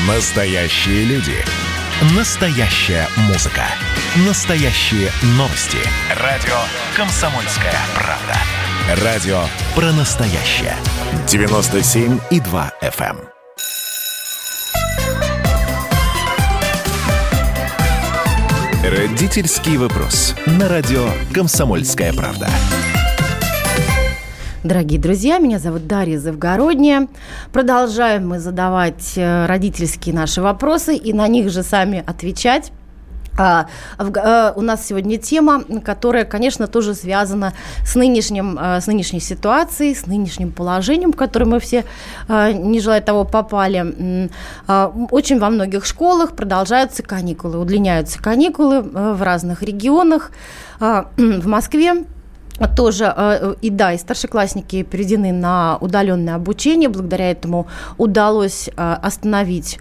Настоящие люди. Настоящая музыка. Настоящие новости. Радио «Комсомольская правда». Радио про настоящее. 97,2 FM. Родительский вопрос. На радио «Комсомольская правда». Дорогие друзья, меня зовут Дарья Завгородняя. Продолжаем мы задавать родительские наши вопросы и на них же сами отвечать. У нас сегодня тема, которая, конечно, тоже связана с нынешней ситуацией, с нынешним положением, в которое мы все, не желая того, попали. Очень во многих школах продолжаются каникулы, удлиняются каникулы в разных регионах. В Москве тоже, и старшеклассники переведены на удаленное обучение. Благодаря этому удалось остановить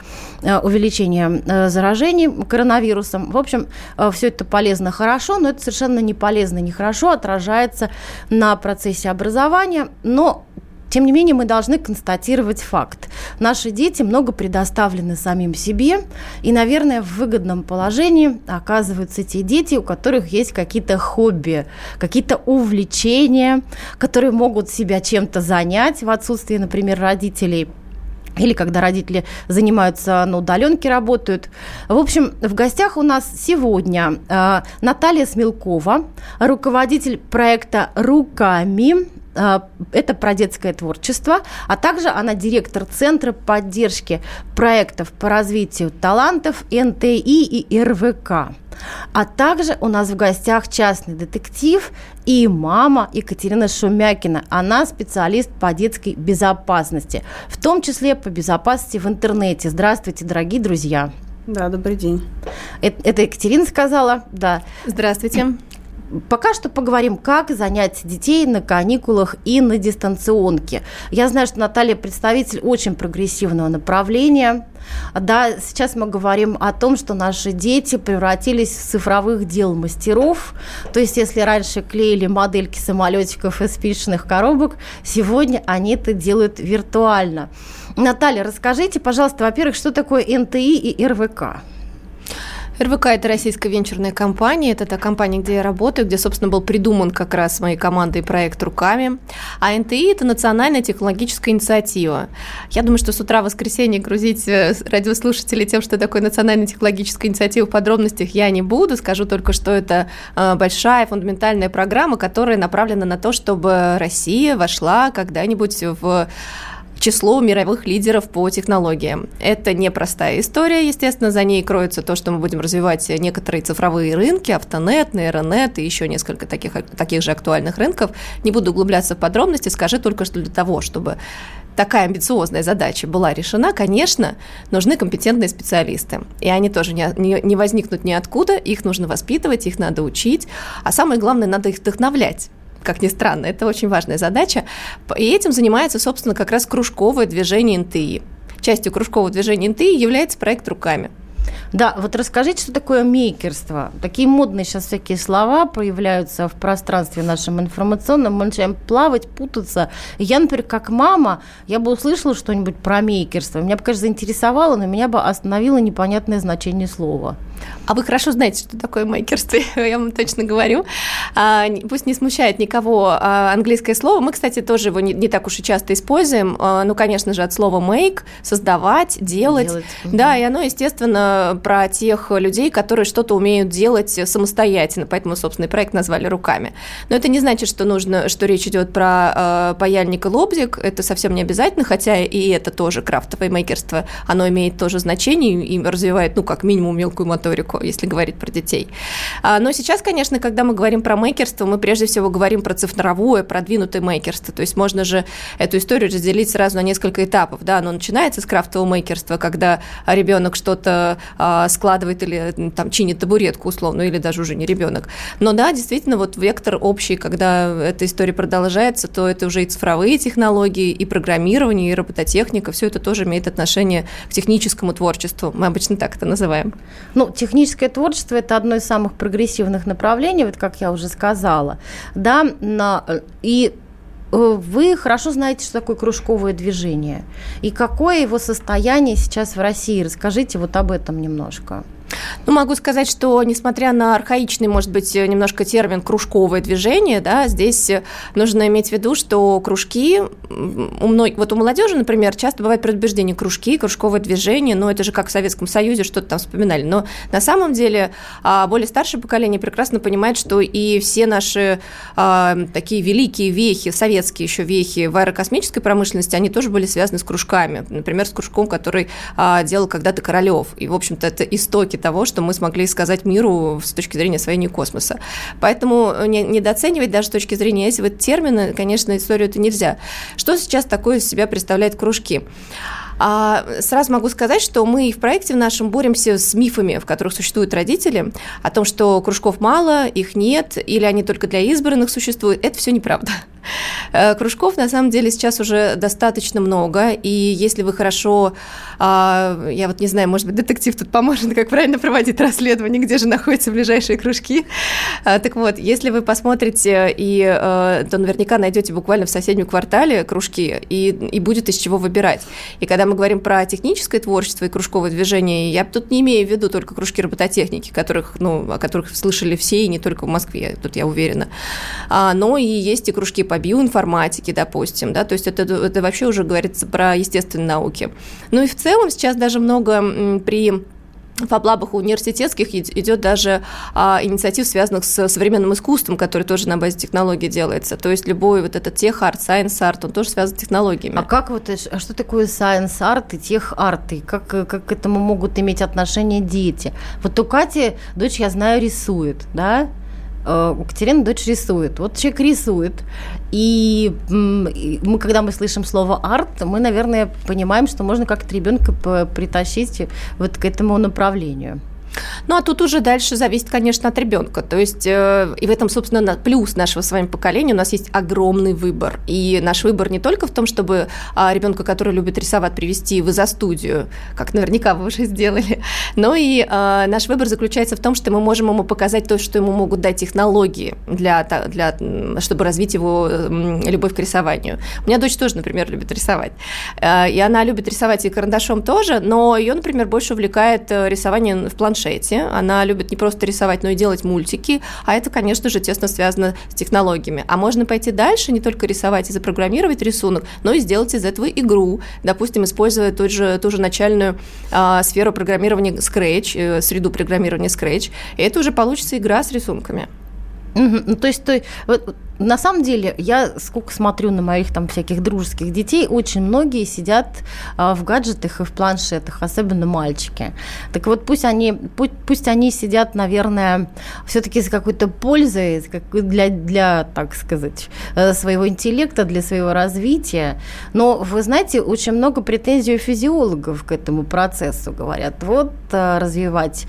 увеличение заражений коронавирусом. В общем, все это полезно, хорошо, но это совершенно не полезно, не хорошо, отражается на процессе образования. Но тем не менее, мы должны констатировать факт. Наши дети много предоставлены самим себе, и, наверное, в выгодном положении оказываются те дети, у которых есть какие-то хобби, какие-то увлечения, которые могут себя чем-то занять в отсутствии, например, родителей. Или когда родители занимаются на удаленке, работают. В общем, в гостях у нас сегодня Наталья Смелкова, руководитель проекта «Руками». Это про детское творчество, а также она директор Центра поддержки проектов по развитию талантов НТИ и РВК. А также у нас в гостях частный детектив и мама Екатерина Шумякина. Она специалист по детской безопасности, в том числе по безопасности в интернете. Здравствуйте, дорогие друзья. Да, добрый день. Это Екатерина сказала, да. Здравствуйте. Пока что поговорим, как занять детей на каникулах и на дистанционке. Я знаю, что Наталья представитель очень прогрессивного направления. Да, сейчас мы говорим о том, что наши дети превратились в цифровых дел-мастеров. То есть, если раньше клеили модельки самолетиков из спичечных коробок, сегодня они это делают виртуально. Наталья, расскажите, пожалуйста, во-первых, что такое НТИ и РВК? РВК – это российская венчурная компания, это та компания, где я работаю, где, собственно, был придуман как раз моей командой проект «Руками». А НТИ – это национальная технологическая инициатива. Я думаю, что с утра в воскресенье грузить радиослушателей тем, что такое национальная технологическая инициатива, в подробностях я не буду. Скажу только, что это большая фундаментальная программа, которая направлена на то, чтобы Россия вошла когда-нибудь в число мировых лидеров по технологиям. Это непростая история, естественно, за ней кроется то, что мы будем развивать некоторые цифровые рынки, автонет, нейронет и еще несколько таких же актуальных рынков. Не буду углубляться в подробности, скажу только, что для того, чтобы такая амбициозная задача была решена, конечно, нужны компетентные специалисты. И они тоже не возникнут ниоткуда, их нужно воспитывать, их надо учить, а самое главное, надо их вдохновлять. Как ни странно, это очень важная задача. И этим занимается, собственно, как раз кружковое движение НТИ. Частью кружкового движения НТИ является проект «Руками». Да, вот расскажите, что такое мейкерство. Такие модные сейчас всякие слова появляются в пространстве нашем информационном. Мы начинаем плавать, путаться. Я, например, как мама, я бы услышала что-нибудь про мейкерство. Меня бы, конечно, заинтересовало, но меня бы остановило непонятное значение слова. А вы хорошо знаете, что такое мейкерство, я вам точно говорю. Пусть не смущает никого английское слово. Мы, кстати, тоже его не так уж и часто используем. Ну, конечно же, от слова make – создавать, делать. Да, и оно, естественно, про тех людей, которые что-то умеют делать самостоятельно. Поэтому, собственно, и проект назвали «Руками». Но это не значит, что речь идет про паяльник и лобзик. Это совсем не обязательно, хотя и это тоже крафтовое мейкерство. Оно имеет тоже значение и развивает, как минимум, мелкую моторику, если говорить про детей. Но сейчас, конечно, когда мы говорим про мейкерство, мы прежде всего говорим про цифровое, продвинутое мейкерство. То есть можно же эту историю разделить сразу на несколько этапов. Да? Оно начинается с крафтового мейкерства, когда ребенок что-то складывает или там чинит табуретку условно, или даже уже не ребенок. Но да, действительно, вот вектор общий, когда эта история продолжается, то это уже и цифровые технологии, и программирование, и робототехника, все это тоже имеет отношение к техническому творчеству. Мы обычно так это называем. Техническое творчество – это одно из самых прогрессивных направлений, вот как я уже сказала. Да, и вы хорошо знаете, что такое кружковое движение. И какое его состояние сейчас в России? Расскажите вот об этом немножко. Ну, могу сказать, что, несмотря на архаичный, может быть, немножко термин «кружковое движение», да, здесь нужно иметь в виду, что кружки, у молодежи, например, часто бывает предубеждение: кружки, кружковое движение, это же как в Советском Союзе, что-то там вспоминали. Но на самом деле более старшее поколение прекрасно понимает, что и все наши такие великие вехи, советские еще вехи в аэрокосмической промышленности, они тоже были связаны с кружками. Например, с кружком, который делал когда-то Королёв. И, в общем-то, это истоки того, что мы смогли сказать миру с точки зрения освоения космоса. Поэтому недооценивать даже с точки зрения этого термина, конечно, историю это нельзя. Что сейчас такое из себя представляют кружки? Сразу могу сказать, что мы в проекте в нашем боремся с мифами, в которых существуют родители, о том, что кружков мало, их нет, или они только для избранных существуют. Это все неправда. Кружков, на самом деле, сейчас уже достаточно много, и если вы хорошо, я вот не знаю, может быть, детектив тут поможет, как правильно проводить расследование, где же находятся ближайшие кружки. Так вот, если вы посмотрите, то наверняка найдете буквально в соседнем квартале кружки, и будет из чего выбирать. И когда мы говорим про техническое творчество и кружковое движение, я тут не имею в виду только кружки робототехники, о которых слышали все, и не только в Москве, тут я уверена, но и есть и кружки по биоинформатике, допустим, да, то есть это вообще уже говорится про естественные науки. Ну и в целом сейчас даже много при фаблабах университетских идет даже инициатив, связанных с современным искусством, который тоже на базе технологий делается. То есть любой вот этот тех-арт, сайенс-арт, он тоже связан с технологиями. А что такое сайенс-арт и тех-арт? И как к этому могут иметь отношение дети? Вот у Кати, дочь, я знаю, рисует, да? У Катерины дочь рисует. Вот человек рисует, и когда мы слышим слово «арт», мы, наверное, понимаем, что можно как-то ребенка притащить вот к этому направлению. Ну, а тут уже дальше зависит, конечно, от ребенка. То есть, и в этом, собственно, плюс нашего с вами поколения. У нас есть огромный выбор. И наш выбор не только в том, чтобы ребенка, который любит рисовать, привести в изо-студию, как наверняка вы уже сделали, но и наш выбор заключается в том, что мы можем ему показать то, что ему могут дать технологии, чтобы развить его любовь к рисованию. У меня дочь тоже, например, любит рисовать. И она любит рисовать и карандашом тоже, но ее, например, больше увлекает рисование в планшете. Она любит не просто рисовать, но и делать мультики, а это, конечно же, тесно связано с технологиями. А можно пойти дальше, не только рисовать и запрограммировать рисунок, но и сделать из этого игру, допустим, используя ту же начальную сферу программирования Scratch, среду программирования Scratch, и это уже получится игра с рисунками. То есть на самом деле, я сколько смотрю на моих там всяких дружеских детей, очень многие сидят в гаджетах и в планшетах, особенно мальчики. Так вот, пусть они сидят, наверное, все-таки с какой-то пользой для, так сказать, своего интеллекта, для своего развития. Но, вы знаете, очень много претензий у физиологов к этому процессу. Говорят, вот развивать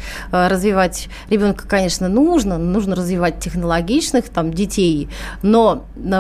ребенка, конечно, нужно развивать технологичных там детей, но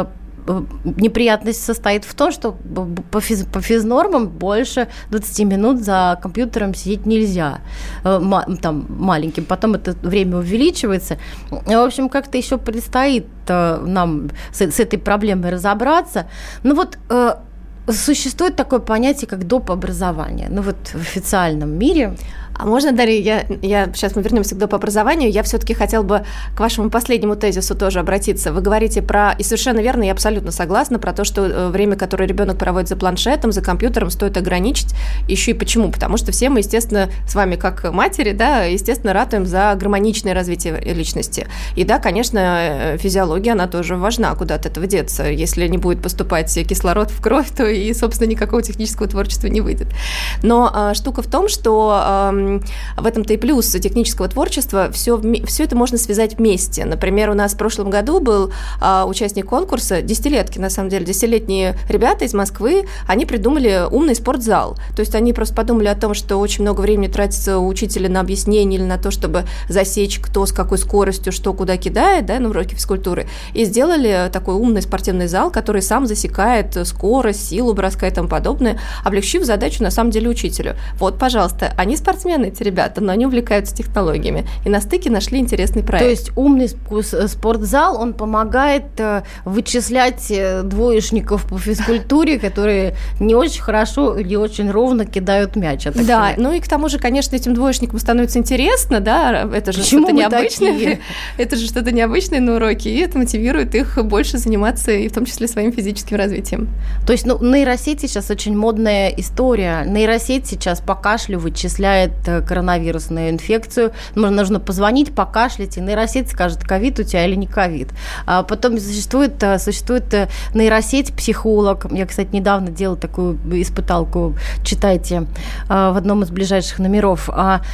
неприятность состоит в том, что по физнормам больше 20 минут за компьютером сидеть нельзя, там, маленьким, потом это время увеличивается. В общем, как-то еще предстоит нам с этой проблемой разобраться. Ну вот существует такое понятие, как доп. Образование. Ну вот в официальном мире. А можно, Дарья, сейчас мы вернемся к доп. Образованию, я все-таки хотела бы к вашему последнему тезису тоже обратиться. Вы говорите и совершенно верно, я абсолютно согласна, про то, что время, которое ребенок проводит за планшетом, за компьютером, стоит ограничить. Еще и почему? Потому что все мы, естественно, с вами как матери, да, естественно, ратуем за гармоничное развитие личности. И да, конечно, физиология, она тоже важна, куда от этого деться. Если не будет поступать кислород в кровь, то и, собственно, никакого технического творчества не выйдет. Но штука в том, что в этом-то и плюс технического творчества, все это можно связать вместе. Например, у нас в прошлом году был участник конкурса, 10-летки, на самом деле, 10-летние ребята из Москвы, они придумали умный спортзал. То есть они просто подумали о том, что очень много времени тратится у учителя на объяснение или на то, чтобы засечь, кто с какой скоростью что куда кидает, да, на уроке физкультуры, и сделали такой умный спортивный зал, который сам засекает скорость, силу силу броска и тому подобное, облегчив задачу, на самом деле, учителю. Вот, пожалуйста, они спортсмены, эти ребята, но они увлекаются технологиями. И на стыке нашли интересный проект. То есть умный спортзал, он помогает вычислять двоечников по физкультуре, которые не очень хорошо или очень ровно кидают мяч. Да, ну и к тому же, конечно, этим двоечникам становится интересно, да, это же что-то необычное. Это же что-то необычное на уроке, и это мотивирует их больше заниматься, и в том числе своим физическим развитием. То есть, нейросети сейчас очень модная история. Нейросеть сейчас по кашлю вычисляет коронавирусную инфекцию. Нужно позвонить, покашлять, и нейросеть скажет, ковид у тебя или не ковид. А потом существует нейросеть психолог. Я, кстати, недавно делала такую испыталку, читайте, в одном из ближайших номеров.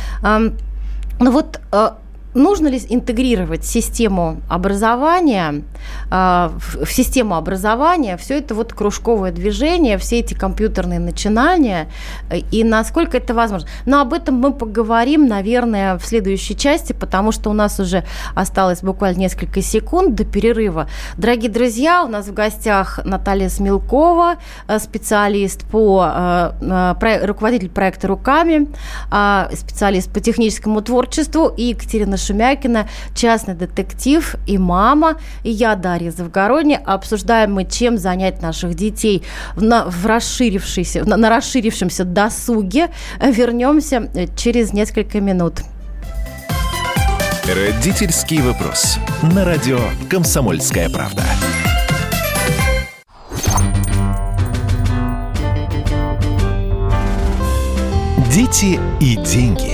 Нужно ли интегрировать систему образования, в систему образования все это кружковое движение, все эти компьютерные начинания, и насколько это возможно? Но об этом мы поговорим, наверное, в следующей части, потому что у нас уже осталось буквально несколько секунд до перерыва. Дорогие друзья, у нас в гостях Наталья Смелкова, специалист руководитель проекта «Руками», специалист по техническому творчеству, и Екатерина Шумякина, частный детектив и мама, и я, Дарья Завгородняя. Обсуждаем мы, чем занять наших детей на расширившемся досуге. Вернемся через несколько минут. Родительский вопрос. На радио «Комсомольская правда». Дети и деньги.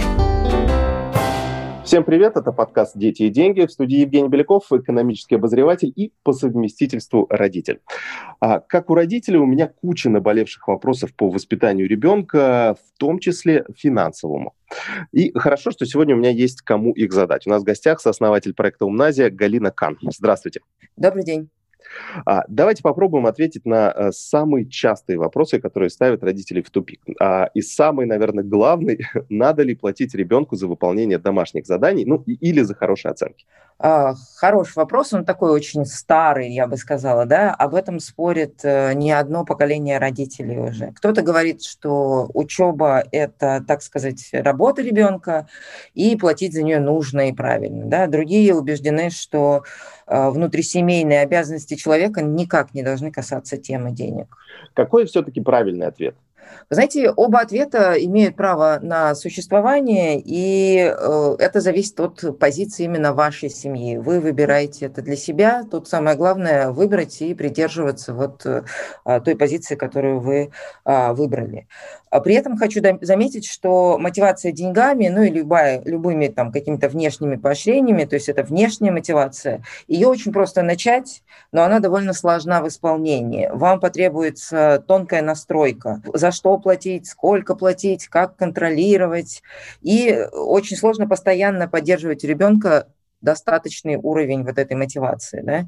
Всем привет, это подкаст «Дети и деньги». В студии Евгений Беляков, экономический обозреватель и по совместительству родитель. Как у родителей, у меня куча наболевших вопросов по воспитанию ребенка, в том числе финансовому. И хорошо, что сегодня у меня есть кому их задать. У нас в гостях сооснователь проекта «Умназия» Галина Кан. Здравствуйте. Добрый день. Давайте попробуем ответить на самые частые вопросы, которые ставят родителей в тупик. И самый, наверное, главный, надо ли платить ребенку за выполнение домашних заданий, или за хорошие оценки? Хороший вопрос, он такой очень старый, я бы сказала, да, об этом спорит не одно поколение родителей уже. Кто-то говорит, что учеба – это, так сказать, работа ребенка, и платить за нее нужно и правильно, да. Другие убеждены, что внутрисемейные обязанности человека никак не должны касаться темы денег. Какой все-таки правильный ответ? Вы знаете, оба ответа имеют право на существование, и это зависит от позиции именно вашей семьи. Вы выбираете это для себя. Тут самое главное – выбрать и придерживаться той позиции, которую вы выбрали. При этом хочу заметить, что мотивация деньгами, и любыми какими-то внешними поощрениями, то есть это внешняя мотивация, ее очень просто начать, но она довольно сложна в исполнении. Вам потребуется тонкая настройка, за что платить, сколько платить, как контролировать. И очень сложно постоянно поддерживать у ребенка достаточный уровень этой мотивации, да?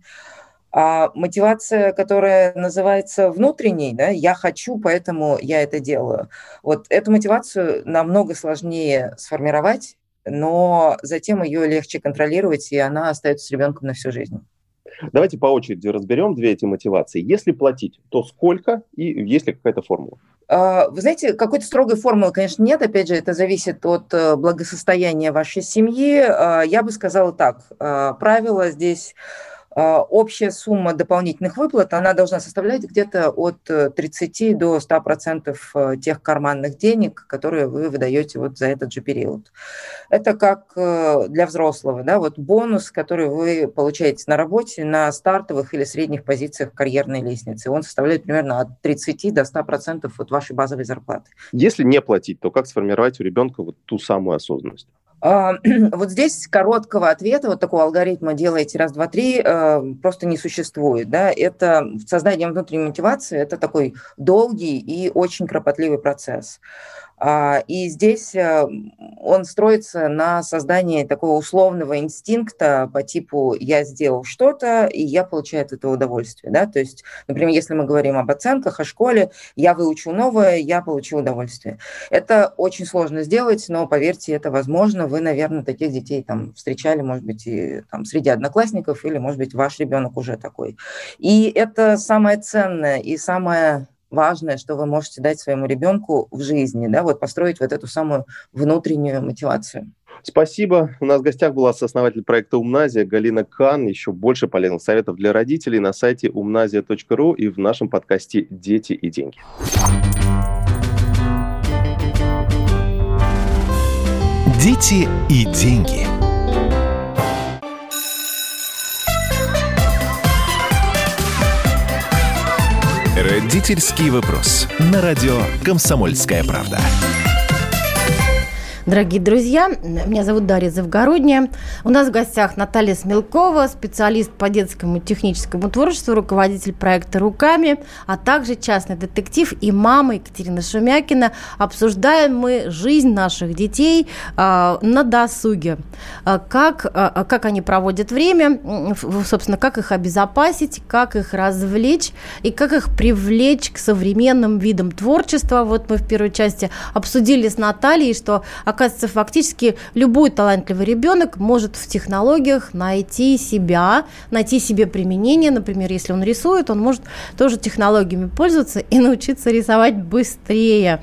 А мотивация, которая называется внутренней, да, я хочу, поэтому я это делаю. Эту мотивацию намного сложнее сформировать, но затем ее легче контролировать, и она остается с ребенком на всю жизнь. Давайте по очереди разберем две эти мотивации. Если платить, то сколько и есть ли какая-то формула? Вы знаете, какой-то строгой формулы, конечно, нет. Опять же, это зависит от благосостояния вашей семьи. Я бы сказала так. Правило здесь... Общая сумма дополнительных выплат, она должна составлять где-то от 30 до 100% тех карманных денег, которые вы выдаете за этот же период. Это как для взрослого, да, бонус, который вы получаете на работе на стартовых или средних позициях карьерной лестницы. Он составляет примерно от 30 до 100% от вашей базовой зарплаты. Если не платить, то как сформировать у ребенка ту самую осознанность? Здесь короткого ответа, такого алгоритма «делайте раз, два, три» просто не существует. Да? Это создание внутренней мотивации – это такой долгий и очень кропотливый процесс. И здесь он строится на создании такого условного инстинкта по типу «я сделал что-то, и я получаю от этого удовольствие». Да? То есть, например, если мы говорим об оценках, о школе, я выучил новое, я получил удовольствие. Это очень сложно сделать, но, поверьте, это возможно. Вы, наверное, таких детей встречали, может быть, и среди одноклассников, или, может быть, ваш ребенок уже такой. И это самое ценное и самое важное, что вы можете дать своему ребенку в жизни, да, вот построить вот эту самую внутреннюю мотивацию. Спасибо. У нас в гостях была сооснователь проекта «Умназия» Галина Кан. Еще больше полезных советов для родителей на сайте umnazia.ru и в нашем подкасте «Дети и деньги». Дети и деньги. Родительский вопрос. На радио «Комсомольская правда». Дорогие друзья, меня зовут Дарья Завгородняя. У нас в гостях Наталья Смелкова, специалист по детскому техническому творчеству, руководитель проекта «Руками», а также частный детектив и мама Екатерина Шумякина. Обсуждаем мы жизнь наших детей на досуге. Как они проводят время, собственно, как их обезопасить, как их развлечь и как их привлечь к современным видам творчества. Вот мы в первой части обсудили с Натальей, что оказывается, фактически любой талантливый ребенок может в технологиях найти себе применение. Например, если он рисует, он может тоже технологиями пользоваться и научиться рисовать быстрее.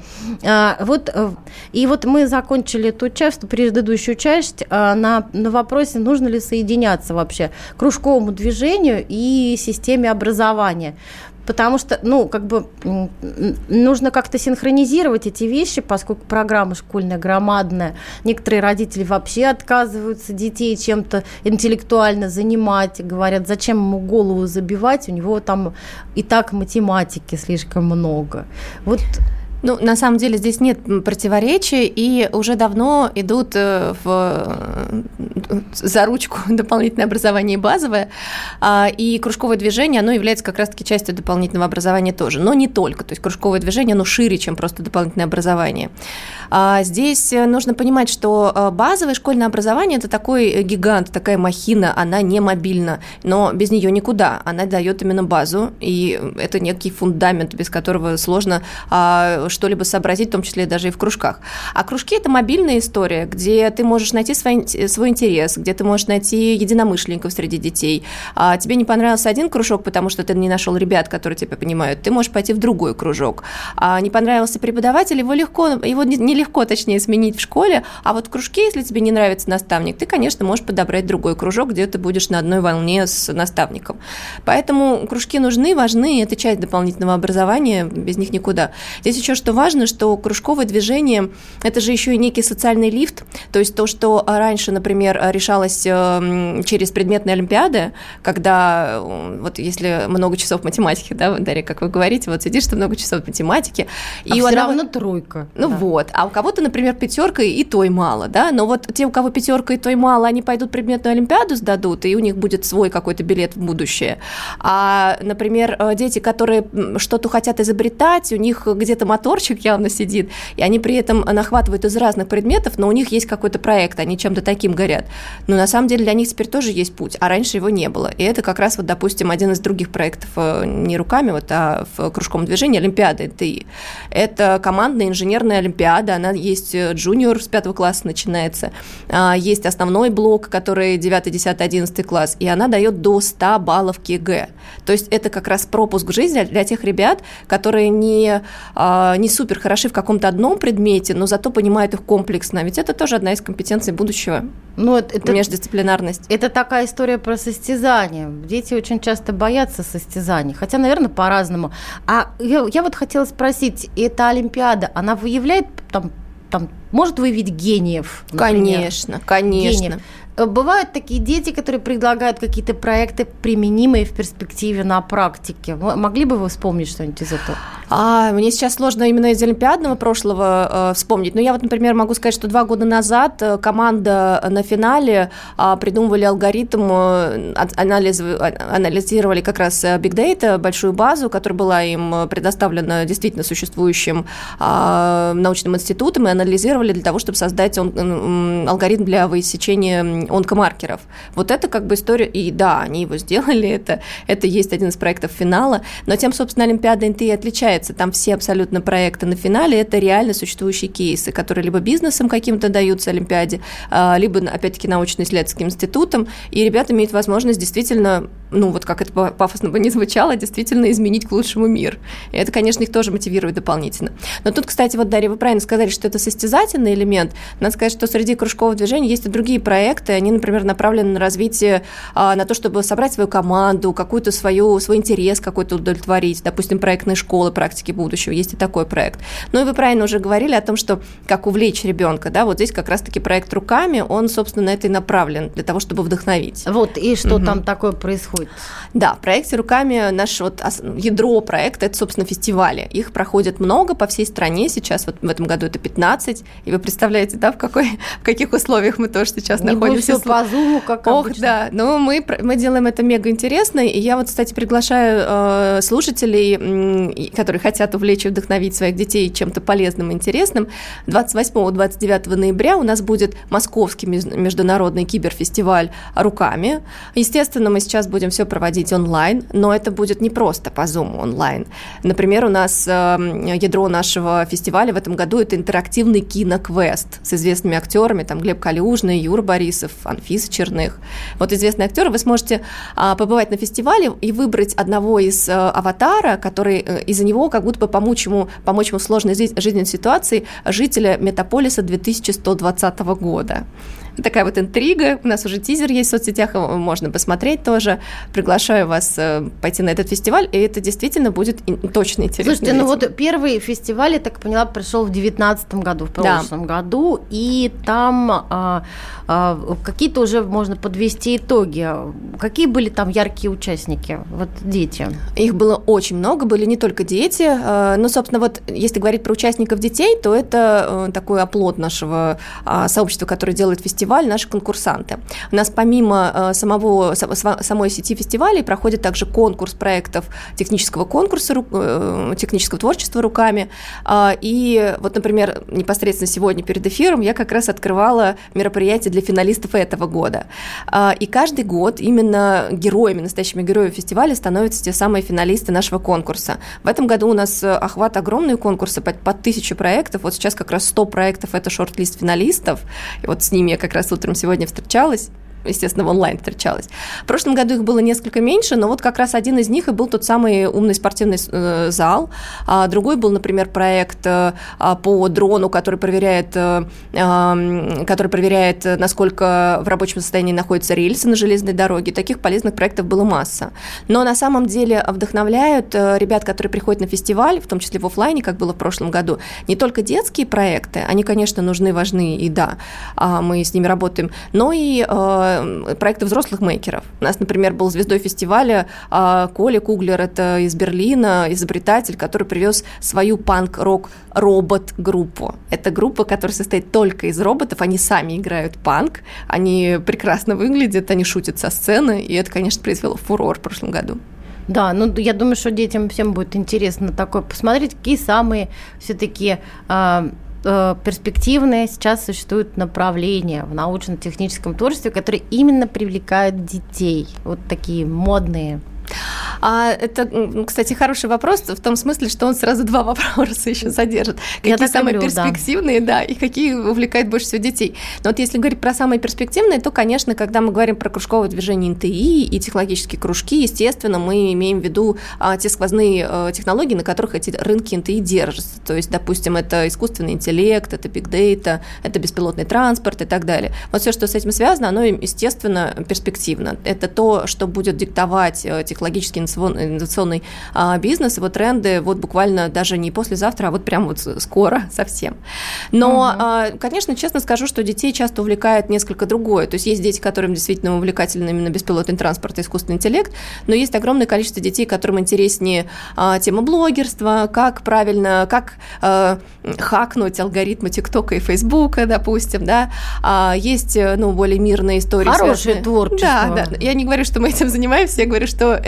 И вот мы закончили эту часть, предыдущую часть на вопросе, нужно ли соединяться вообще кружковому движению и системе образования. Потому что, нужно как-то синхронизировать эти вещи, поскольку программа школьная громадная. Некоторые родители вообще отказываются детей чем-то интеллектуально занимать, говорят, зачем ему голову забивать, у него там и так математики слишком много. На самом деле здесь нет противоречий, и уже давно идут за ручку дополнительное образование базовое, и кружковое движение, оно является как раз-таки частью дополнительного образования тоже, но не только, то есть кружковое движение, оно шире, чем просто дополнительное образование. Здесь нужно понимать, что базовое школьное образование – это такой гигант, такая махина, она не мобильна, но без нее никуда, она дает именно базу, и это некий фундамент, без которого сложно что-либо сообразить, в том числе даже и в кружках. А кружки – это мобильная история, где ты можешь найти свой интерес, где ты можешь найти единомышленников среди детей. Тебе не понравился один кружок, потому что ты не нашел ребят, которые тебя понимают, ты можешь пойти в другой кружок. Не понравился преподаватель, его нелегко сменить в школе, а вот в кружке, если тебе не нравится наставник, ты, конечно, можешь подобрать другой кружок, где ты будешь на одной волне с наставником. Поэтому кружки нужны, важны, это часть дополнительного образования, без них никуда. Здесь еще что важно, что кружковое движение – это же еще и некий социальный лифт, то есть то, что раньше, например, решалось через предметные олимпиады, когда вот если много часов математики, да, Дарья, как вы говорите, вот сидишь ты много часов математики. И все равно тройка. А у кого-то, например, пятерка и той мало, да, но вот те, у кого пятерка и той мало, они пойдут предметную олимпиаду сдадут, и у них будет свой какой-то билет в будущее. А, например, дети, которые что-то хотят изобретать, у них где-то моторчик явно сидит, и они при этом нахватывают из разных предметов, но у них есть какой-то проект, они чем-то таким горят. Но на самом деле для них теперь тоже есть путь, а раньше его не было. И это как раз, вот, допустим, один из других проектов не руками, а в кружковом движении Олимпиада НТИ. Это командная инженерная олимпиада, она есть джуниор с 5 класса начинается, есть основной блок, который 9, 10, 11 класс, и она дает до 100 баллов ЕГЭ. То есть это как раз пропуск в жизнь для тех ребят, которые не супер хороши в каком-то одном предмете, но зато понимают их комплексно. Ведь это тоже одна из компетенций будущего. Междисциплинарность. Это такая история про состязание. Дети очень часто боятся состязаний, хотя, наверное, по-разному. А я вот хотела спросить, эта олимпиада, она выявляет, может выявить гениев? Например? Конечно. Гениев. Бывают такие дети, которые предлагают какие-то проекты, применимые в перспективе на практике. Могли бы вы вспомнить что-нибудь из этого? Мне сейчас сложно именно из олимпиадного прошлого вспомнить. Но я вот, например, могу сказать, что 2 года назад команда на финале придумывали алгоритм, анализировали как раз Big Data, большую базу, которая была им предоставлена действительно существующим научным институтом, и анализировали использовали для того, чтобы создать алгоритм для высечения онкомаркеров. Вот это как бы история, и да, они его сделали, это есть один из проектов финала, но тем, собственно, Олимпиада НТИ отличается. Там все абсолютно проекты на финале, это реально существующие кейсы, которые либо бизнесом каким-то даются Олимпиаде, либо, опять-таки, научно-исследовательским институтом, и ребята имеют возможность действительно, вот как это пафосно бы не звучало, действительно изменить к лучшему мир. И это, конечно, их тоже мотивирует дополнительно. Но тут, кстати, вот, Дарья, вы правильно сказали, что это состязательный элемент. Надо сказать, что среди кружкового движения есть и другие проекты. Они, например, направлены на развитие, на то, чтобы собрать свою команду, какой-то свой интерес какой-то удовлетворить. Допустим, проектные школы практики будущего. Есть и такой проект. Ну и вы правильно уже говорили о том, что как увлечь ребенка. Да? Вот здесь как раз-таки проект «Руками», он, собственно, на это и направлен, для того, чтобы вдохновить. Вот, и что там такое происходит? Да, в проекте «Руками» наше ядро проекта – это, собственно, фестивали. Их проходит много по всей стране. Сейчас вот в этом году это 15. И вы представляете, да, в каких условиях мы тоже сейчас находимся. Не по Zoom, как обычно. Да, но мы делаем это мега интересно. И я вот, кстати, приглашаю слушателей, которые хотят увлечь и вдохновить своих детей чем-то полезным и интересным. 28-29 ноября у нас будет Московский международный киберфестиваль «Руками». Естественно, мы сейчас будем все проводить онлайн, но это будет не просто по Zoom онлайн. Например, у нас ядро нашего фестиваля в этом году – это интерактивный киноквест с известными актерами, там Глеб Калюжный, Юра Борисов, Анфиса Черных. Вот известные актеры, вы сможете побывать на фестивале и выбрать одного из аватара, который из-за него как будто бы помочь ему в сложной жизненной ситуации жителя Метаполиса 2120 года. Такая вот интрига. У нас уже тизер есть в соцсетях, можно посмотреть тоже. Приглашаю вас пойти на этот фестиваль, и это действительно будет точно интересно. Слушайте, вот первый фестиваль, я так поняла, пришел в 2019 году, в прошлом году, и там какие-то уже можно подвести итоги. Какие были там яркие участники, вот дети? Их было очень много, были не только дети, но, собственно, вот если говорить про участников детей, то это такой оплот нашего сообщества, которое делает фестиваль, наши конкурсанты. У нас помимо самой сети фестивалей проходит также конкурс проектов технического творчества «Руками». И вот, например, непосредственно сегодня перед эфиром я как раз открывала мероприятие для финалистов этого года. И каждый год именно настоящими героями фестиваля становятся те самые финалисты нашего конкурса. В этом году у нас охват огромный конкурса, под 1000 проектов. Вот сейчас как раз 100 проектов – это шорт-лист финалистов. И вот с ними я как раз утром сегодня встречалась. Естественно, в онлайн встречалась. В прошлом году их было несколько меньше, но вот как раз один из них и был тот самый умный спортивный зал. Другой был, например, проект по дрону, который проверяет, насколько в рабочем состоянии находятся рельсы на железной дороге. Таких полезных проектов было масса. Но на самом деле вдохновляют ребят, которые приходят на фестиваль, в том числе в офлайне, как было в прошлом году, не только детские проекты, они, конечно, нужны, важны, и да, мы с ними работаем, но и проекты взрослых мейкеров. У нас, например, был звездой фестиваля Коля Куглер, это из Берлина, изобретатель, который привез свою панк-рок робот-группу. Это группа, которая состоит только из роботов, они сами играют панк, они прекрасно выглядят, они шутят со сцены, и это, конечно, произвело фурор в прошлом году. Да, я думаю, что детям всем будет интересно такое посмотреть, какие самые все-таки перспективные сейчас существуют направления в научно-техническом творчестве, которые именно привлекают детей, вот такие модные. Это, кстати, хороший вопрос в том смысле, что он сразу два вопроса еще содержит. Какие самые перспективные, да, и какие увлекают больше всего детей. Но вот если говорить про самые перспективные, то, конечно, когда мы говорим про кружковое движение НТИ и технологические кружки, естественно, мы имеем в виду те сквозные технологии, на которых эти рынки НТИ держатся. То есть, допустим, это искусственный интеллект, это big data, это беспилотный транспорт и так далее. Вот все, что с этим связано, оно, естественно, перспективно. Это то, что будет диктовать технологический инновационный бизнес, его тренды вот буквально даже не послезавтра, а вот прямо вот скоро совсем. Но, конечно, честно скажу, что детей часто увлекает несколько другое. То есть есть дети, которым действительно увлекательны именно беспилотный транспорт и искусственный интеллект, но есть огромное количество детей, которым интереснее тема блогерства, как правильно, как хакнуть алгоритмы ТикТока и Фейсбука, допустим, да. Есть, более мирные истории. Хорошее творчество. Да. Я не говорю, что мы этим занимаемся, я говорю, что это ответ на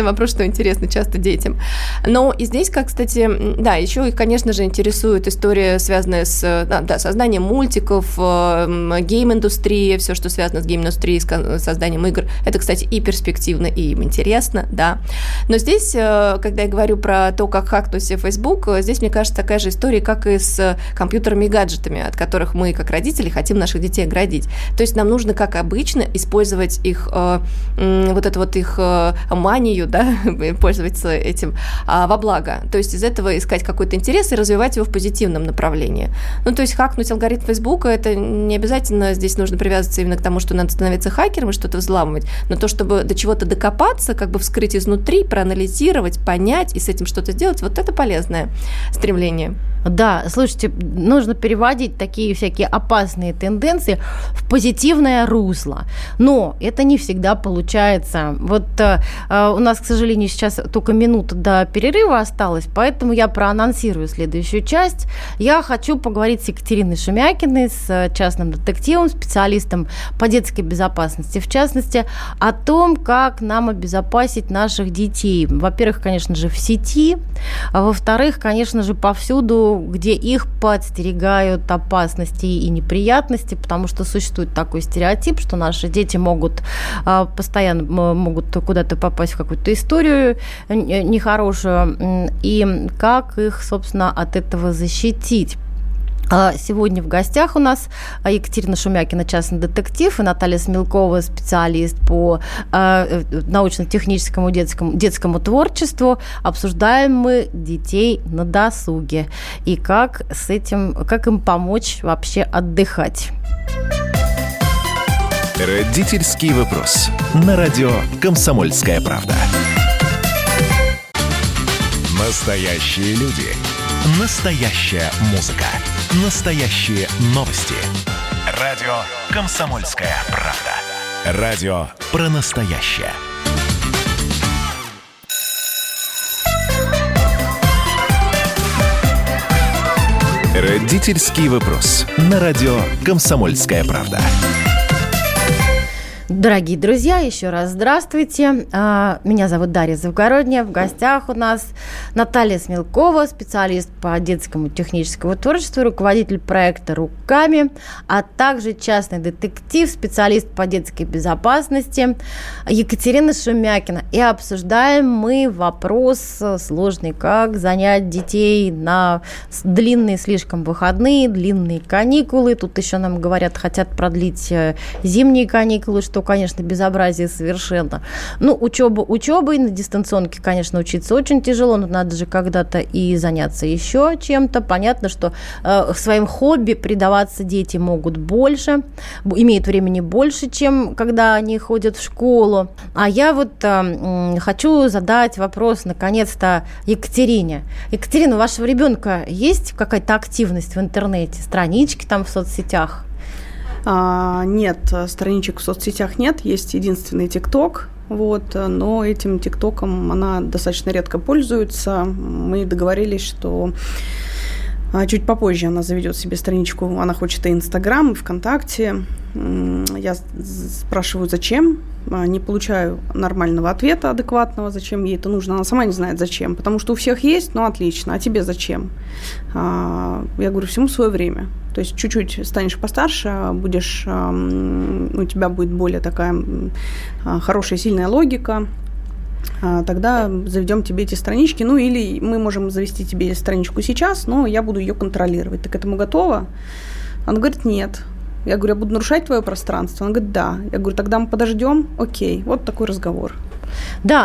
вопрос, что интересно часто детям. Но и здесь, как, кстати, да, еще их, конечно же, интересует история, связанная с созданием мультиков, гейм-индустрия, все, что связано с гейм-индустрией, с созданием игр. Это, кстати, и перспективно, и им интересно, да. Но здесь, когда я говорю про то, как хакнуть Facebook, здесь, мне кажется, такая же история, как и с компьютерами и гаджетами, от которых мы, как родители, хотим наших детей оградить. То есть нам нужно, как обычно, использовать их, вот эту вот их манию, да, пользоваться этим во благо. То есть из этого искать какой-то интерес и развивать его в позитивном направлении. Ну, то есть хакнуть алгоритм Facebook, это не обязательно здесь нужно привязываться именно к тому, что надо становиться хакером и что-то взламывать, но то, чтобы до чего-то докопаться, как бы вскрыть изнутри, проанализировать, понять и с этим что-то сделать, вот это полезное стремление. Да, слушайте, нужно переводить такие всякие опасные тенденции в позитивное русло, но это не всегда получается. Вот у нас, к сожалению, сейчас только минута до перерыва осталась, поэтому я проанонсирую следующую часть. Я хочу поговорить с Екатериной Шумякиной, с частным детективом, специалистом по детской безопасности, в частности, о том, как нам обезопасить наших детей. Во-первых, конечно же, в сети, а во-вторых, конечно же, повсюду, где их подстерегают опасности и неприятности, потому что существует такой стереотип, что наши дети могут постоянно куда-то попасть в какую-то историю нехорошую, и как их, собственно, от этого защитить. Сегодня в гостях у нас Екатерина Шумякина, частный детектив, и Наталья Смелкова, специалист по научно-техническому детскому творчеству. Обсуждаем мы детей на досуге и как им помочь вообще отдыхать. Родительский вопрос. На радио «Комсомольская правда». Настоящие люди. Настоящая музыка. Настоящие новости. Радио «Комсомольская правда». Радио про настоящее. Родительский вопрос. На радио «Комсомольская правда». Дорогие друзья, еще раз здравствуйте. Меня зовут Дарья Завгородняя. В гостях у нас Наталья Смелкова, специалист по детскому техническому творчеству, руководитель проекта «Руками», а также частный детектив, специалист по детской безопасности Екатерина Шумякина. И обсуждаем мы вопрос сложный, как занять детей на длинные слишком выходные, длинные каникулы. Тут еще нам говорят, хотят продлить зимние каникулы, что, конечно, безобразие совершенно. Ну, учебой на дистанционке, конечно, учиться очень тяжело, но надо же когда-то и заняться еще чем-то. Понятно, что своим хобби предаваться дети могут больше, имеют времени больше, чем когда они ходят в школу. А я вот хочу задать вопрос, наконец-то, Екатерине. Екатерина, у вашего ребенка есть какая-то активность в интернете, странички там в соцсетях? Нет, страничек в соцсетях нет, есть единственный ТикТок, но этим ТикТоком она достаточно редко пользуется. Мы договорились, что чуть попозже она заведет себе страничку, она хочет и Инстаграм, и ВКонтакте. Я спрашиваю, зачем, не получаю нормального ответа, адекватного, зачем ей это нужно. Она сама не знает, зачем, потому что у всех есть, отлично, а тебе зачем? Я говорю, всему свое время. То есть чуть-чуть станешь постарше, будешь, у тебя будет более такая хорошая, сильная логика, тогда заведем тебе эти странички, или мы можем завести тебе страничку сейчас, но я буду ее контролировать. Ты к этому готова? Она говорит, нет. Я говорю, я буду нарушать твое пространство? Она говорит, да. Я говорю, тогда мы подождем? Окей. Вот такой разговор. Да,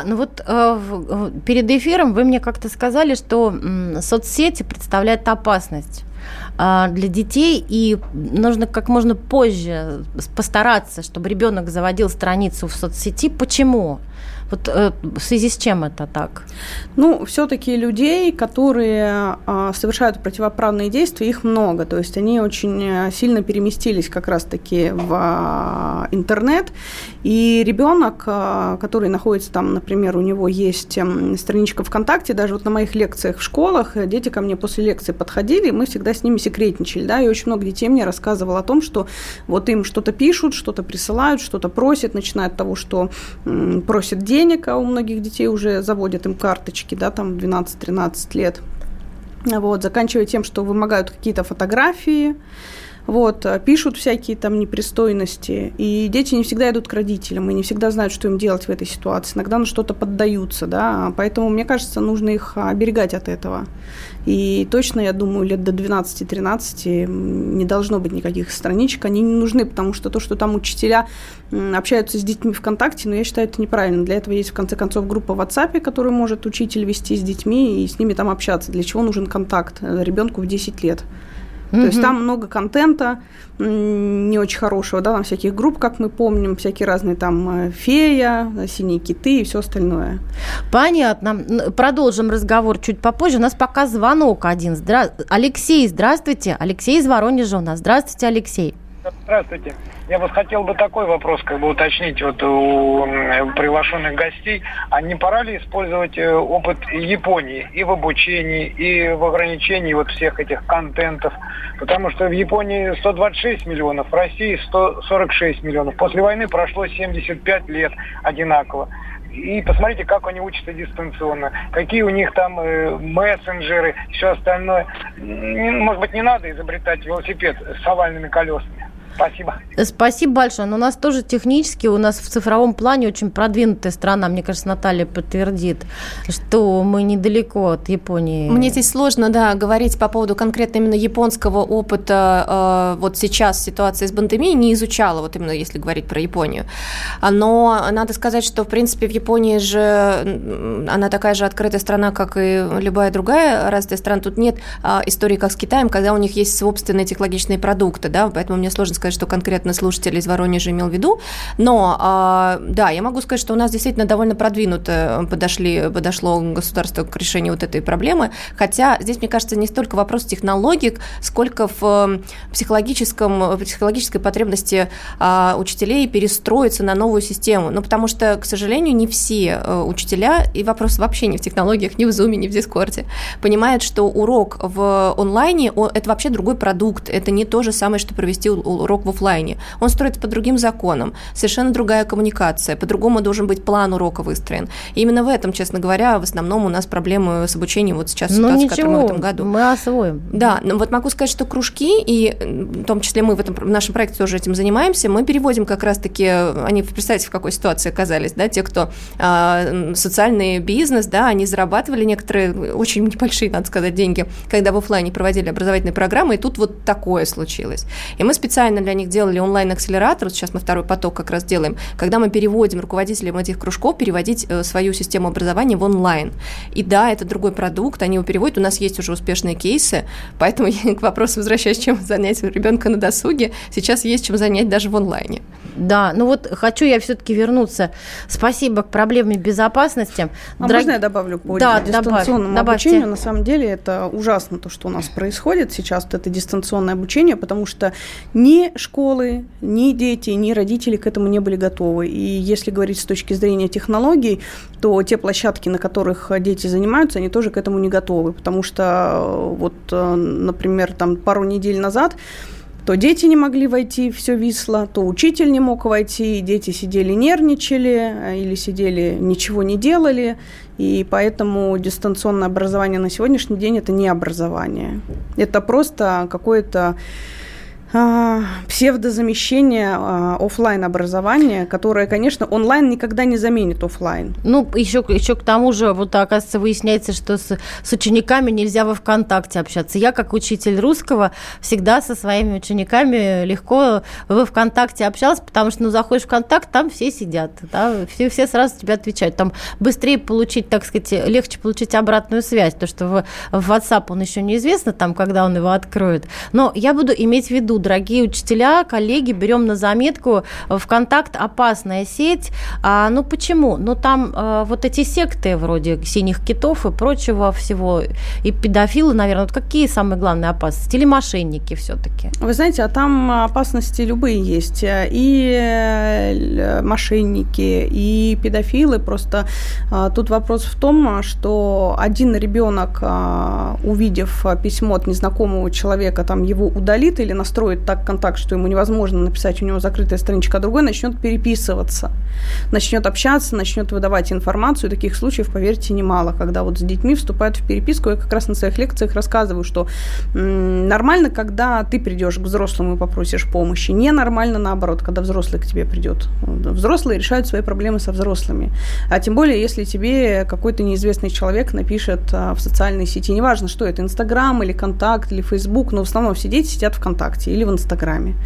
перед эфиром вы мне как-то сказали, что соцсети представляют опасность для детей, и нужно как можно позже постараться, чтобы ребенок заводил страницу в соцсети. Почему? В связи с чем это так? Все-таки людей, которые совершают противоправные действия, их много. То есть они очень сильно переместились как раз-таки в интернет. И ребенок, который находится там, например, у него есть страничка ВКонтакте, даже на моих лекциях в школах, дети ко мне после лекции подходили, и мы всегда с ними секретничали. Да? И очень много детей мне рассказывало о том, что им что-то пишут, что-то присылают, что-то просят, начиная от того, что просят деньги, денег, а у многих детей уже заводят им карточки, да, там 12-13 лет. Вот, заканчивая тем, что вымогают какие-то фотографии, вот, пишут всякие там непристойности, и дети не всегда идут к родителям, и не всегда знают, что им делать в этой ситуации. Иногда на что-то поддаются, да, поэтому, мне кажется, нужно их оберегать от этого. И точно, я думаю, лет до 12-13 не должно быть никаких страничек, они не нужны, потому что то, что там учителя общаются с детьми ВКонтакте, но я считаю, это неправильно. Для этого есть, в конце концов, группа в WhatsApp, которую может учитель вести с детьми и с ними там общаться. Для чего нужен контакт ребенку в 10 лет? То есть там много контента не очень хорошего, да, там всяких групп, как мы помним, всякие разные там фея, синие киты и все остальное. Понятно. Продолжим разговор чуть попозже. У нас пока звонок один. Алексей, здравствуйте. Алексей из Воронежа у нас. Здравствуйте, Алексей. Здравствуйте. Я вот хотел бы такой вопрос уточнить вот у приглашенных гостей. А не пора ли использовать опыт Японии и в обучении, и в ограничении вот всех этих контентов? Потому что в Японии 126 миллионов, в России 146 миллионов. После войны прошло 75 лет одинаково. И посмотрите, как они учатся дистанционно, какие у них там мессенджеры, все остальное. Может быть, не надо изобретать велосипед с овальными колесами. Спасибо. Спасибо большое. Но у нас тоже технически, у нас в цифровом плане очень продвинутая страна. Мне кажется, Наталья подтвердит, что мы недалеко от Японии. Мне здесь сложно, да, говорить по поводу конкретно именно японского опыта. Вот сейчас ситуация с пандемией не изучала, вот именно если говорить про Японию. Но надо сказать, что, в принципе, в Японии же она такая же открытая страна, как и любая другая развитая страна. Тут нет истории, как с Китаем, когда у них есть собственные технологичные продукты, да, поэтому мне сложно сказать, что конкретно слушатель из Воронежа имел в виду, но да, я могу сказать, что у нас действительно довольно продвинуто подошло государство к решению вот этой проблемы, хотя здесь, мне кажется, не столько вопрос технологий, сколько в психологической потребности учителей перестроиться на новую систему, ну, потому что, к сожалению, не все учителя, и вопрос вообще не в технологиях, ни в Zoom, ни в Discord, понимают, что урок в онлайне – это вообще другой продукт, это не то же самое, что провести урок в офлайне. Он строится по другим законам, совершенно другая коммуникация, по-другому должен быть план урока выстроен. И именно в этом, честно говоря, в основном у нас проблемы с обучением вот сейчас, ситуация, в которой мы в этом году. Мы освоим. Да, но вот могу сказать, что кружки, и в том числе мы в нашем проекте тоже этим занимаемся, мы переводим как раз-таки, они, представьте, в какой ситуации оказались, да, те, кто социальный бизнес, да, они зарабатывали некоторые, очень небольшие, надо сказать, деньги, когда в офлайне проводили образовательные программы, и тут вот такое случилось. И мы специально для них делали онлайн-акселератор, сейчас мы второй поток как раз делаем, когда мы переводим руководителям этих кружков переводить свою систему образования в онлайн. И да, это другой продукт, они его переводят, у нас есть уже успешные кейсы, поэтому я к вопросу возвращаюсь, чем занять ребенка на досуге, сейчас есть чем занять даже в онлайне. Да, ну вот хочу я все-таки вернуться, спасибо, к проблеме безопасности. Можно я добавлю по дистанционному обучению? На самом деле это ужасно, то, что у нас происходит сейчас, вот это дистанционное обучение, потому что ни школы, ни дети, ни родители к этому не были готовы. И если говорить с точки зрения технологий, то те площадки, на которых дети занимаются, они тоже к этому не готовы, потому что вот, например, там пару недель назад то дети не могли войти, все висло, то учитель не мог войти, дети сидели, нервничали или сидели, ничего не делали, и поэтому дистанционное образование на сегодняшний день – это не образование. Это просто какое-то псевдозамещение офлайн-образования, которое, конечно, онлайн никогда не заменит офлайн. Ну, еще к тому же, вот, оказывается, выясняется, что с учениками нельзя во ВКонтакте общаться. Я, как учитель русского, всегда со своими учениками легко во ВКонтакте общалась, потому что, заходишь в ВКонтакт, там все сидят, да, все сразу тебе отвечают. Там быстрее получить, так сказать, легче получить обратную связь, то, что в WhatsApp он еще неизвестно, там, когда он его откроет. Но я буду иметь в виду, дорогие учителя, коллеги, берем на заметку, ВКонтакт опасная сеть. Ну почему? Ну там вот эти секты вроде синих китов и прочего всего, и педофилы, наверное, вот какие самые главные опасности? Или мошенники все-таки? Вы знаете, а там опасности любые есть. И мошенники, и педофилы. Просто тут вопрос в том, что один ребенок, увидев письмо от незнакомого человека, там его удалит или настроит настроит так контакт, что ему невозможно написать, у него закрытая страничка, а другой начнет переписываться, начнет общаться, начнет выдавать информацию. Таких случаев, поверьте, немало, когда вот с детьми вступают в переписку. Я как раз на своих лекциях рассказываю, что нормально, когда ты придешь к взрослому и попросишь помощи, ненормально наоборот, когда взрослый к тебе придет. Взрослые решают свои проблемы со взрослыми. А тем более, если тебе какой-то неизвестный человек напишет в социальной сети, неважно, что это, Инстаграм или Контакт, или Фейсбук, но в основном все дети сидят ВКонтакте или в Инстаграме.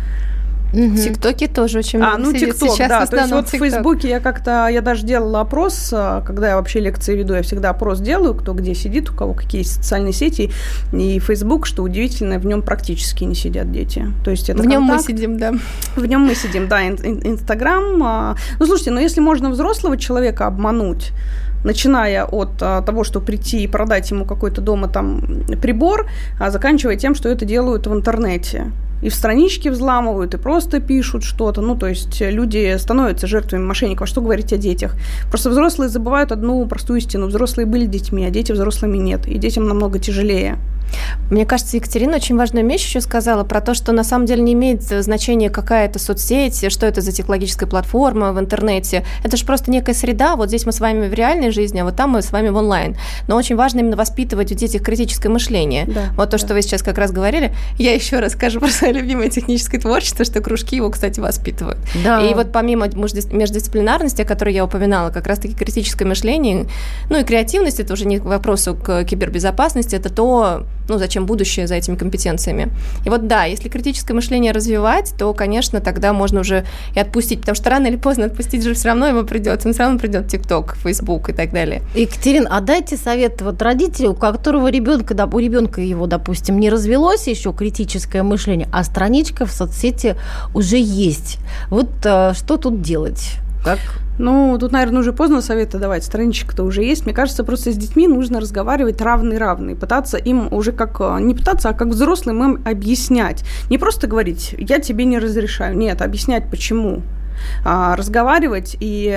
В ТикТоке тоже очень много сидит. ТикТок, сейчас да. То есть вот в Фейсбуке я даже делала опрос, когда я вообще лекции веду, я всегда опрос делаю, кто где сидит, у кого какие социальные сети, и Фейсбук, что удивительно, в нем практически не сидят дети. То есть это в нем мы сидим, да. В нем мы сидим, да. Инстаграм. Ну, слушайте, если можно взрослого человека обмануть, начиная от того, что прийти и продать ему какой-то дома там прибор, заканчивая тем, что это делают в интернете. И в страничке взламывают, и просто пишут что-то. Ну, то есть люди становятся жертвами мошенников. А что говорить о детях? Просто взрослые забывают одну простую истину. Взрослые были детьми, а дети взрослыми нет. И детям намного тяжелее. Мне кажется, Екатерина очень важную вещь еще сказала про то, что на самом деле не имеет значения, какая это соцсеть, что это за технологическая платформа в интернете. Это же просто некая среда. Вот здесь мы с вами в реальной жизни, а вот там мы с вами в онлайн. Но очень важно именно воспитывать в детях критическое мышление. Да, вот то, что вы сейчас как раз говорили. Я еще раз скажу про свое любимое техническое творчество, что кружки его, кстати, воспитывают. Да. И вот помимо междисциплинарности, о которой я упоминала, как раз-таки критическое мышление, ну и креативность, это уже не к вопросу к кибербезопасности, это то, зачем будущее за этими компетенциями. И вот да, если критическое мышление развивать, то, конечно, тогда можно уже и отпустить, потому что рано или поздно отпустить же все равно ему придется, он все равно придет в ТикТок, Фейсбук и так далее. Екатерина, а дайте совет вот родителю, у которого у ребенка его, допустим, не развелось еще критическое мышление, а страничка в соцсети уже есть. Вот что тут делать? Как? Тут, наверное, уже поздно советы давать, страничка-то уже есть. Мне кажется, просто с детьми нужно разговаривать равный-равный, пытаться им уже не пытаться, а как взрослым им объяснять. Не просто говорить, я тебе не разрешаю, нет, объяснять почему. Разговаривать и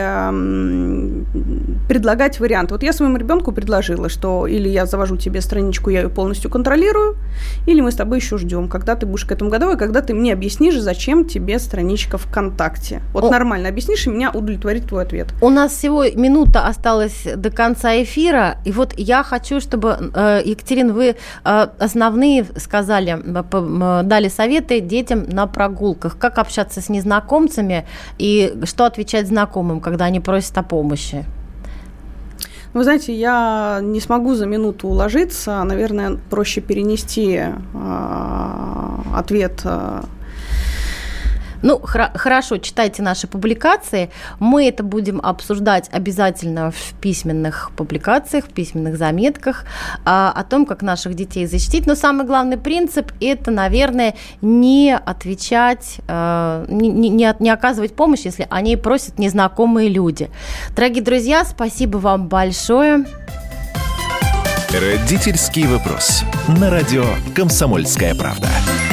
предлагать варианты. Вот я своему ребенку предложила, что или я завожу тебе страничку, я ее полностью контролирую, или мы с тобой еще ждем, когда ты будешь к этому готова, и когда ты мне объяснишь, зачем тебе страничка ВКонтакте. Вот нормально объяснишь, и меня удовлетворит твой ответ. У нас всего минута осталась до конца эфира, и вот я хочу, чтобы, Екатерина, вы основные сказали, дали советы детям на прогулках, как общаться с незнакомцами, и что отвечать знакомым, когда они просят о помощи? Вы знаете, я не смогу за минуту уложиться. Наверное, проще перенести ответ. Хорошо, читайте наши публикации. Мы это будем обсуждать обязательно в письменных публикациях, в письменных заметках о том, как наших детей защитить. Но самый главный принцип – это, наверное, не отвечать, не оказывать помощь, если о ней просят незнакомые люди. Дорогие друзья, спасибо вам большое. Родительский вопрос. На радио «Комсомольская правда».